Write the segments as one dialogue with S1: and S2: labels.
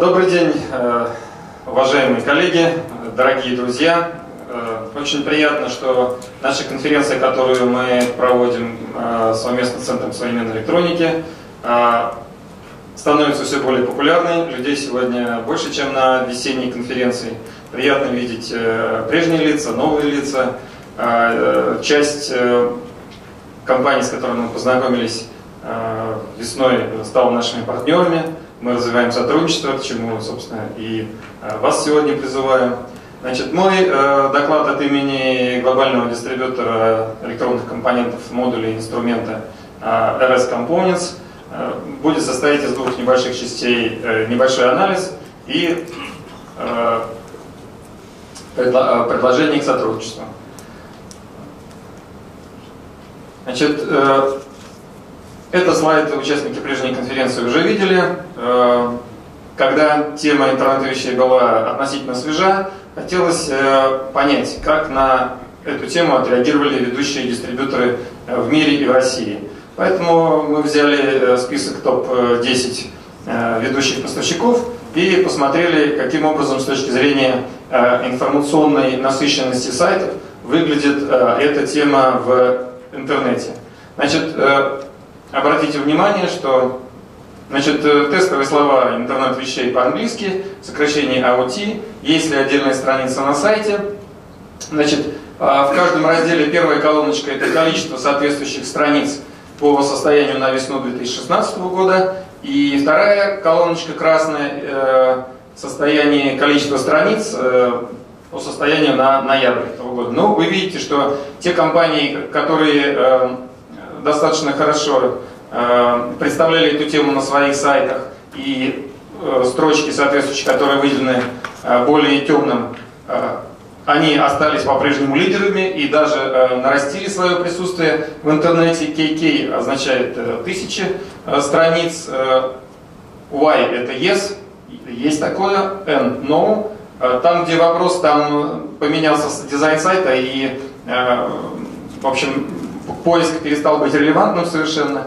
S1: Добрый день, уважаемые коллеги, дорогие друзья. Очень приятно, что наша конференция, которую мы проводим совместно с Центром современной электроники, становится все более популярной. Людей сегодня больше, чем на весенней конференции. Приятно видеть прежние лица, новые лица. Часть компаний, с которыми мы познакомились весной, стала нашими партнерами. Мы развиваем сотрудничество, к чему, собственно, и вас сегодня призываю. Значит, мой доклад от имени глобального дистрибьютора электронных компонентов, модулей, инструмента RS Components будет состоять из двух небольших частей: небольшой анализ и предложение к сотрудничеству. Значит, этот слайд участники прежней конференции уже видели. Когда тема интернета вещей была относительно свежа, хотелось понять, как на эту тему отреагировали ведущие дистрибьюторы в мире и в России. Поэтому мы взяли список топ-10 ведущих поставщиков и посмотрели, каким образом с точки зрения информационной насыщенности сайтов выглядит эта тема в интернете. Значит, обратите внимание, что тестовые слова интернет вещей по-английски, сокращение IoT, есть ли отдельная страница на сайте. Значит, в каждом разделе первая колоночка — это количество соответствующих страниц по состоянию на весну 2016 года, и вторая колоночка красная — состояние количества страниц по состоянию на ноябрь этого года. Ну, вы видите, что те компании, которые достаточно хорошо представляли эту тему на своих сайтах, и строчки соответствующие, которые выделены более темным, они остались по-прежнему лидерами и даже нарастили свое присутствие в интернете. KK означает 1000 страниц, Y это Yes, есть такое, N No. Там, где вопрос, там поменялся дизайн сайта, и, в общем, поиск перестал быть релевантным совершенно.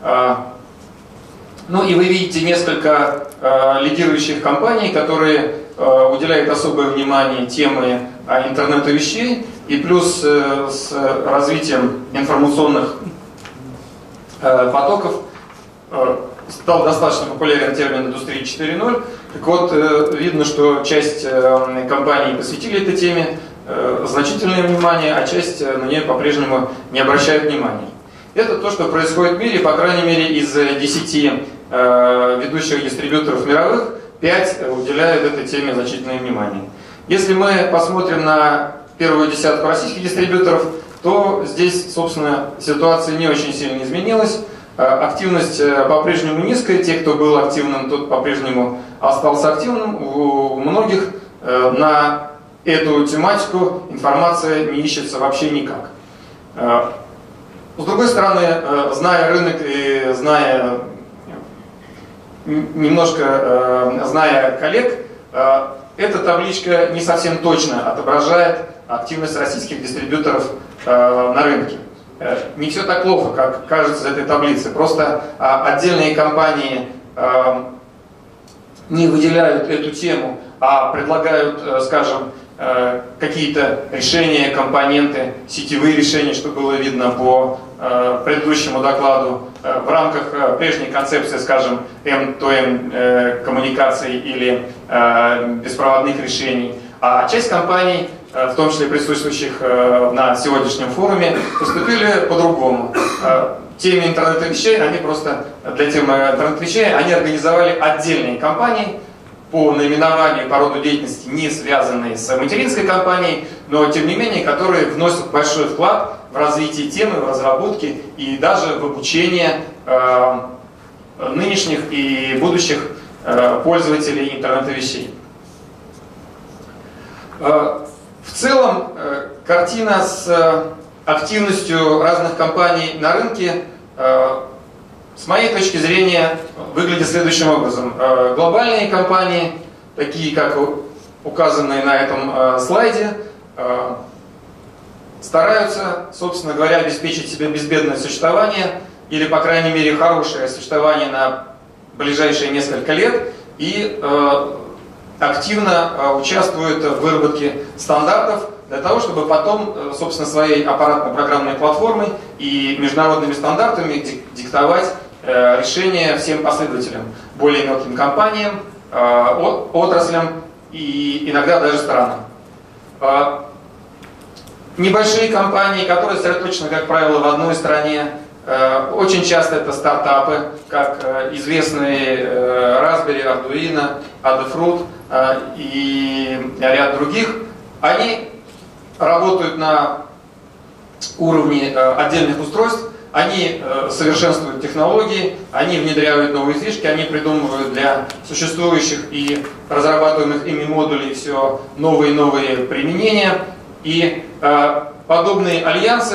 S1: Ну и вы видите несколько лидирующих компаний, которые уделяют особое внимание теме интернета вещей, и плюс с развитием информационных потоков стал достаточно популярен термин «Индустрия 4.0». Так вот, видно, что часть компаний посвятили этой теме значительное внимание, а часть на нее по-прежнему не обращает внимания. Это то, что происходит в мире. По крайней мере, из 10 ведущих дистрибьюторов мировых 5 уделяют этой теме значительное внимание. Если мы посмотрим на первую десятку российских дистрибьюторов, то здесь, собственно, ситуация не очень сильно изменилась. Активность по-прежнему низкая. Те, кто был активным, тот по-прежнему остался активным. У многих на эту тематику информация не ищется вообще никак. С другой стороны, зная рынок и зная коллег, эта табличка не совсем точно отображает активность российских дистрибьюторов на рынке. Не все так плохо, как кажется из этой таблицы. Просто отдельные компании не выделяют эту тему, а предлагают, скажем, какие-то решения, компоненты, сетевые решения, что было видно по предыдущему докладу, в рамках прежней концепции, скажем, M2M коммуникаций или беспроводных решений. А часть компаний, в том числе присутствующих на сегодняшнем форуме, поступили по-другому. Теме интернета вещей, они просто для темы интернета вещей, они организовали отдельные компании по наименованию, по роду деятельности, не связанные с материнской компанией, но тем не менее, которые вносят большой вклад в развитие темы, в разработки и даже в обучение нынешних и будущих пользователей интернета вещей. В целом, картина с активностью разных компаний на рынке, с моей точки зрения, выглядит следующим образом. Глобальные компании, такие как указанные на этом слайде, стараются, собственно говоря, обеспечить себе безбедное существование или, по крайней мере, хорошее существование на ближайшие несколько лет. и активно участвует в выработке стандартов для того, чтобы потом, собственно, своей аппаратно-программной платформой и международными стандартами диктовать решения всем последователям, более мелким компаниям, отраслям и иногда даже странам. Небольшие компании, которые сосредоточены, как правило, в одной стране, очень часто это стартапы, как известные Raspberry, Arduino, Adafruit и ряд других, они работают на уровне отдельных устройств, они совершенствуют технологии, они внедряют новые фишки, они придумывают для существующих и разрабатываемых ими модулей все новые и новые применения. И подобные альянсы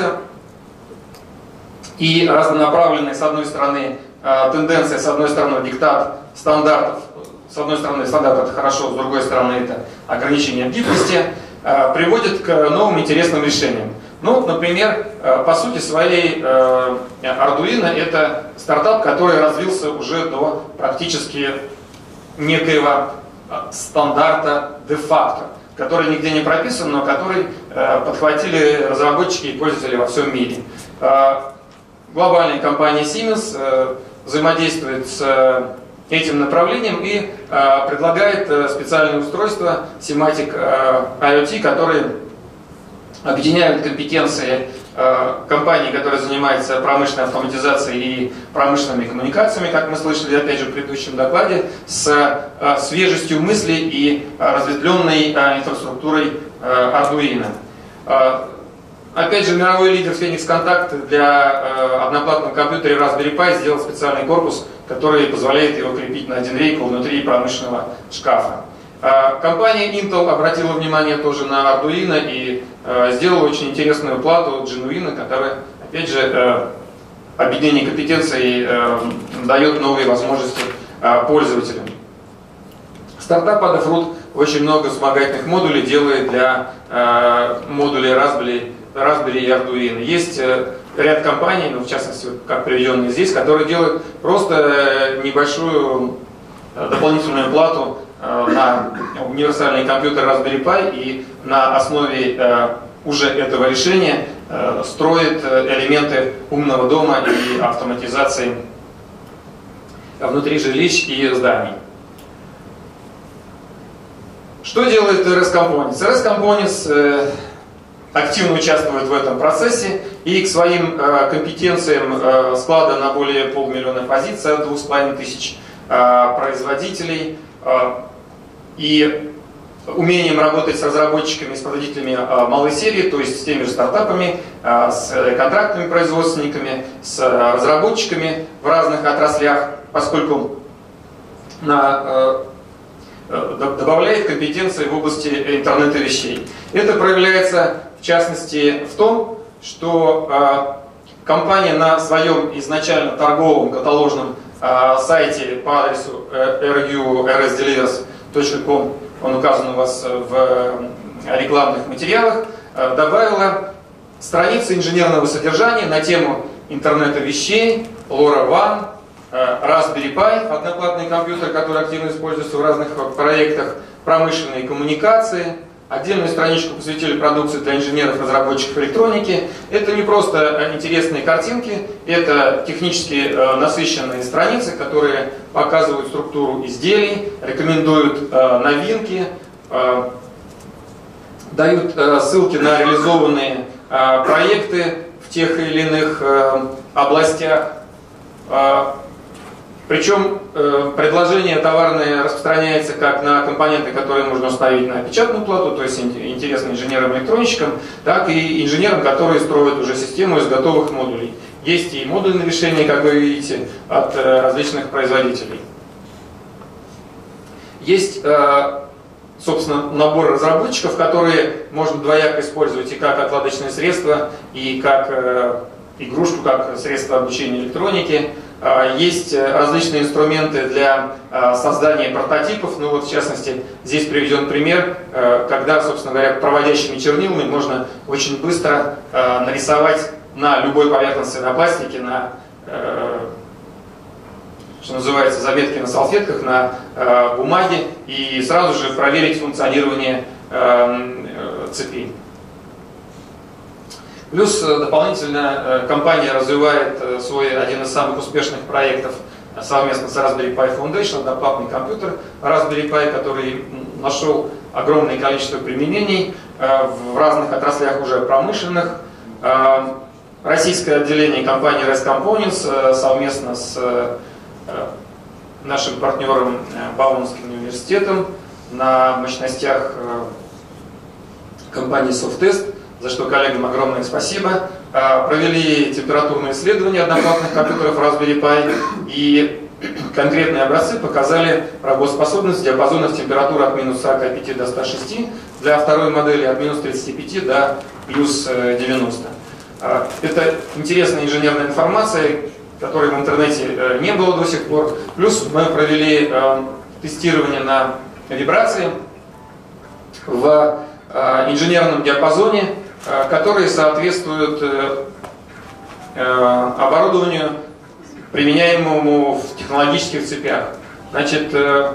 S1: и разнонаправленные, с одной стороны, тенденция, с одной стороны, диктат стандартов, с одной стороны, стандарт это хорошо, с другой стороны, это ограничение гибкости, приводит к новым интересным решениям. Ну, например, по сути своей Arduino это стартап, который развился уже до практически некоего стандарта де-факто, который нигде не прописан, но который подхватили разработчики и пользователи во всем мире. Глобальная компания Siemens взаимодействует с этим направлением и предлагает специальные устройства Simatic IoT, которые объединяют компетенции компаний, которые занимаются промышленной автоматизацией и промышленными коммуникациями, как мы слышали опять же в предыдущем докладе, с свежестью мысли и разветвленной инфраструктурой Arduino. Опять же, мировой лидер Phoenix Contact для одноплатного компьютера Raspberry Pi сделал специальный корпус, который позволяет его крепить на один рейкл внутри промышленного шкафа. Компания Intel обратила внимание тоже на Arduino и сделала очень интересную плату Genuino, которая, опять же, объединение компетенций дает новые возможности пользователям. Стартап Adafruit очень много вспомогательных модулей делает для модулей Raspberry и Arduino. Есть ряд компаний, ну, в частности, как приведенные здесь, которые делают просто небольшую дополнительную плату на универсальный компьютер Raspberry Pi и на основе уже этого решения строит элементы умного дома и автоматизации внутри жилищ и зданий. Что делает RS Components? RS Components активно участвует в этом процессе и к своим компетенциям склада на более 500 000 позиций от 2500 производителей и умением работать с разработчиками, с производителями малой серии, то есть с теми же стартапами, с контрактными производственниками, с разработчиками в разных отраслях, поскольку добавляет компетенции в области интернета вещей. Это проявляется в частности в том, что компания на своем изначально торговом каталожном сайте по адресу rsdelivers.com, он указан у вас в рекламных материалах, добавила страницу инженерного содержания на тему интернета вещей, LoRaWAN, Raspberry Pi, одноплатный компьютер, который активно используется в разных проектах, промышленные коммуникации. Отдельную страничку посвятили продукции для инженеров, разработчиков электроники. Это не просто интересные картинки, это технически насыщенные страницы, которые показывают структуру изделий, рекомендуют новинки, дают ссылки на реализованные проекты в тех или иных областях. Причем предложение товарное распространяется как на компоненты, которые можно установить на печатную плату, то есть интересно инженерам-электронщикам, так и инженерам, которые строят уже систему из готовых модулей. Есть и модульные решения, как вы видите, от различных производителей. Есть, собственно, набор разработчиков, которые можно двояко использовать и как отладочное средство, и как игрушку, как средство обучения электроники. Есть различные инструменты для создания прототипов. Ну вот, в частности, здесь приведен пример, когда, собственно говоря, проводящими чернилами можно очень быстро нарисовать на любой поверхности на пластике, на что называется, заметки на салфетках, на бумаге, и сразу же проверить функционирование цепей. Плюс дополнительно компания развивает один из самых успешных проектов совместно с Raspberry Pi Foundation, одноплатный компьютер Raspberry Pi, который нашел огромное количество применений в разных отраслях уже промышленных. Российское отделение компании REST Components совместно с нашим партнером Бауманским университетом на мощностях компании Softtest, за что коллегам огромное спасибо, провели температурные исследования одноплатных компьютеров Raspberry Pi, и конкретные образцы показали работоспособность в диапазонах температуры от минус 45 до 106, для второй модели от минус 35 до плюс 90. Это интересная инженерная информация, которой в интернете не было до сих пор. Плюс мы провели тестирование на вибрации в инженерном диапазоне, который соответствует оборудованию, применяемому в технологических цепях. Значит, в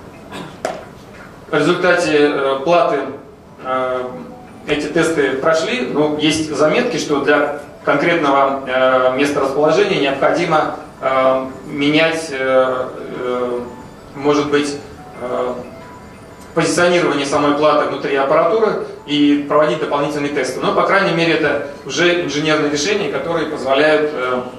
S1: результате платы эти тесты прошли, но есть заметки, что для конкретного месторасположения необходимо менять, может быть, позиционирование самой платы внутри аппаратуры и проводить дополнительные тесты. Но, по крайней мере, это уже инженерные решения, которые позволяют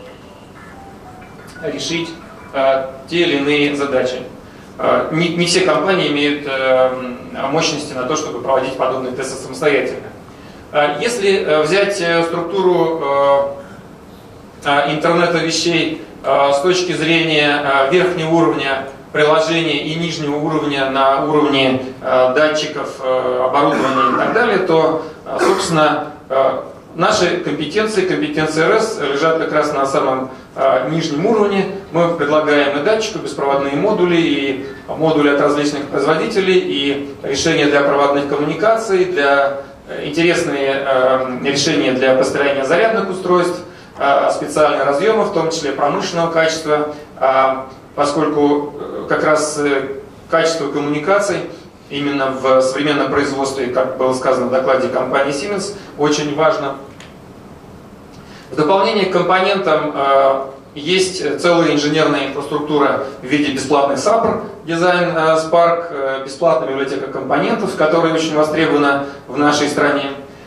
S1: решить те или иные задачи. Не все компании имеют мощности на то, чтобы проводить подобные тесты самостоятельно. Если взять структуру интернета вещей с точки зрения верхнего уровня приложения и нижнего уровня на уровне датчиков, оборудования и так далее, то, собственно, наши компетенции REST лежат как раз на самом нижнем уровне. Мы предлагаем и датчику, беспроводные модули, и модули от различных производителей, и решения для проводных коммуникаций, для интересные решения для построения зарядных устройств, специальные разъемы, в том числе промышленного качества, поскольку как раз качество коммуникаций именно в современном производстве, как было сказано в докладе компании Siemens, очень важно. В дополнение к компонентам есть целая инженерная инфраструктура в виде бесплатных SAPR, Design Spark, бесплатная библиотека компонентов, которая очень востребована в нашей стране.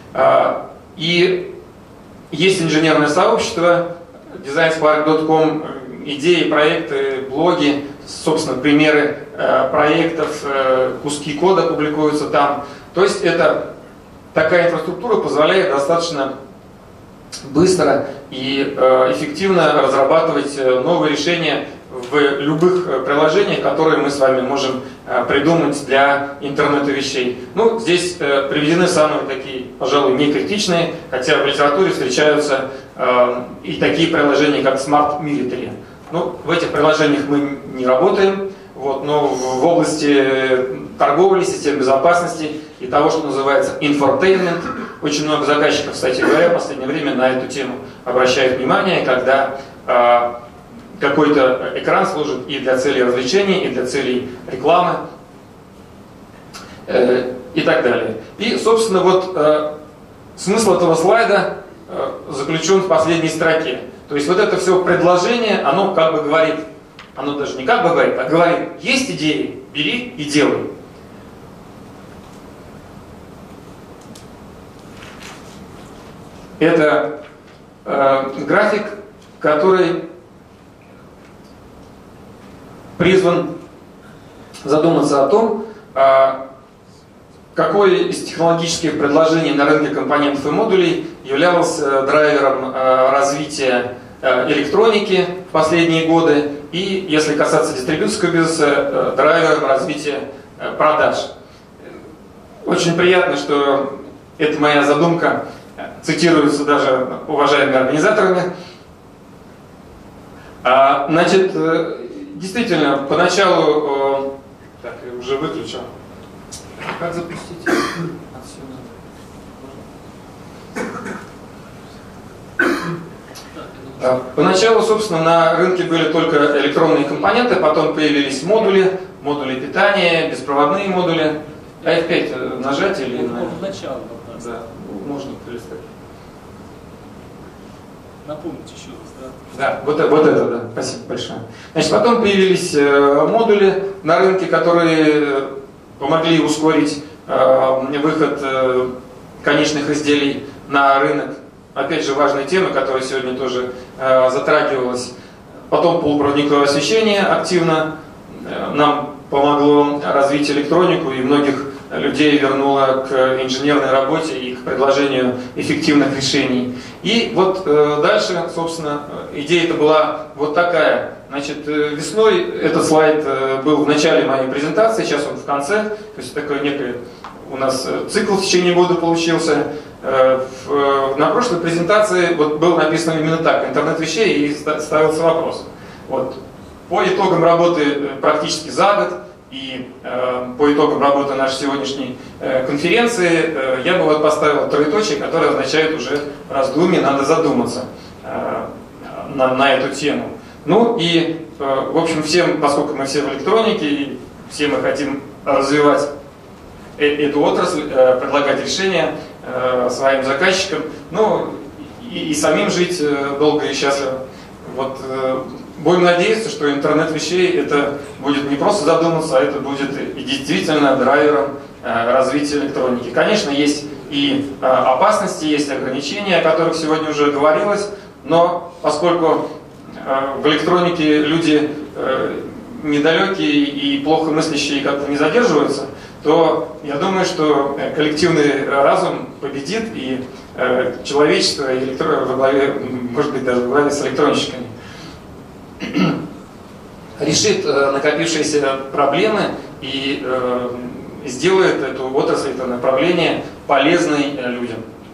S1: И есть инженерное сообщество designspark.com, идеи, проекты, блоги, собственно, примеры проектов, куски кода публикуются там. То есть это такая инфраструктура позволяет достаточно быстро и эффективно разрабатывать новые решения в любых приложениях, которые мы с вами можем придумать для интернета вещей. Ну, здесь приведены самые такие, пожалуй, не критичные, хотя в литературе встречаются и такие приложения, как Smart Military. Ну, в этих приложениях мы не работаем, но в области торговли, систем безопасности и того, что называется infotainment, очень много заказчиков, кстати говоря, в последнее время на эту тему обращают внимание, когда какой-то экран служит и для целей развлечения, и для целей рекламы, и так далее. И, собственно, вот смысл этого слайда заключен в последней строке. То есть вот это все предложение, оно как бы говорит, оно даже не как бы говорит, а говорит, есть идеи, бери и делай. Это график, который призван задуматься о том, какое из технологических предложений на рынке компонентов и модулей являлось драйвером развития электроники в последние годы и, если касаться дистрибьюторского бизнеса, драйвером развития продаж. Очень приятно, что эта моя задумка цитируется даже уважаемыми организаторами. Значит, действительно, поначалу... Так, я уже выключил. Как запустить? Поначалу, собственно, на рынке были только электронные компоненты, потом появились модули питания, беспроводные модули. F5 нажать или...
S2: Начало.
S1: Да, можно полистать.
S2: Напомните еще раз, да?
S1: Да, вот это, да. Спасибо большое. Значит, потом появились модули на рынке, которые помогли ускорить выход конечных изделий на рынок. Опять же, важная тема, которая сегодня тоже затрагивалась. Потом полупроводниковое освещение активно нам помогло развить электронику, и многих людей вернуло к инженерной работе и к предложению эффективных решений. И вот дальше, собственно, идея-то была вот такая. Значит, весной этот слайд был в начале моей презентации, сейчас он в конце. То есть такой некий у нас цикл в течение года получился. На прошлой презентации вот было написано именно так: интернет вещей, и ставился вопрос. Вот. По итогам работы практически за год и по итогам работы нашей сегодняшней конференции я бы вот поставил троеточие, которое означает уже раздумье, надо задуматься на эту тему. Ну и, в общем, всем, поскольку мы все в электронике, и все мы хотим развивать эту отрасль, предлагать решения своим заказчикам, ну и самим жить долго и счастливо. Вот, будем надеяться, что интернет вещей это будет не просто задуматься, а это будет и действительно драйвером развития электроники. Конечно, есть и опасности, есть ограничения, о которых сегодня уже говорилось, но поскольку в электронике люди недалекие и плохо мыслящие как-то не задерживаются, то я думаю, что коллективный разум победит, и человечество во главе, может быть, даже во главе с электронщиками решит накопившиеся проблемы и сделает эту отрасль, это направление полезной людям.